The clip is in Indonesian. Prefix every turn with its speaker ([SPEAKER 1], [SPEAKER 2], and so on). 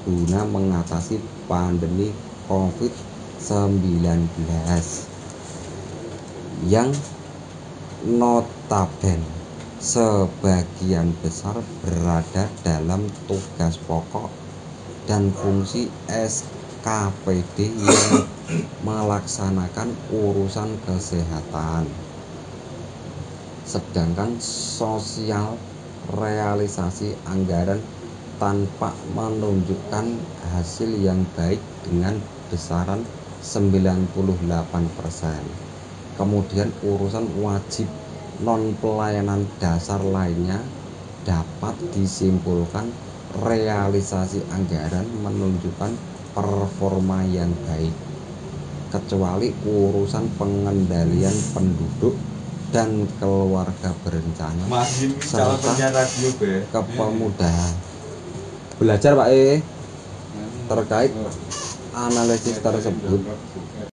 [SPEAKER 1] guna mengatasi pandemi COVID-19 yang notabene sebagian besar berada dalam tugas pokok dan fungsi SKPD yang melaksanakan urusan kesehatan. Sedangkan sosial realisasi anggaran tanpa menunjukkan hasil yang baik dengan besaran 98%. Kemudian urusan wajib non pelayanan dasar lainnya dapat disimpulkan realisasi anggaran menunjukkan performa yang baik, kecuali urusan pengendalian penduduk dan keluarga berencana serta kepemudaan. Belajar Pak terkait analisis tersebut.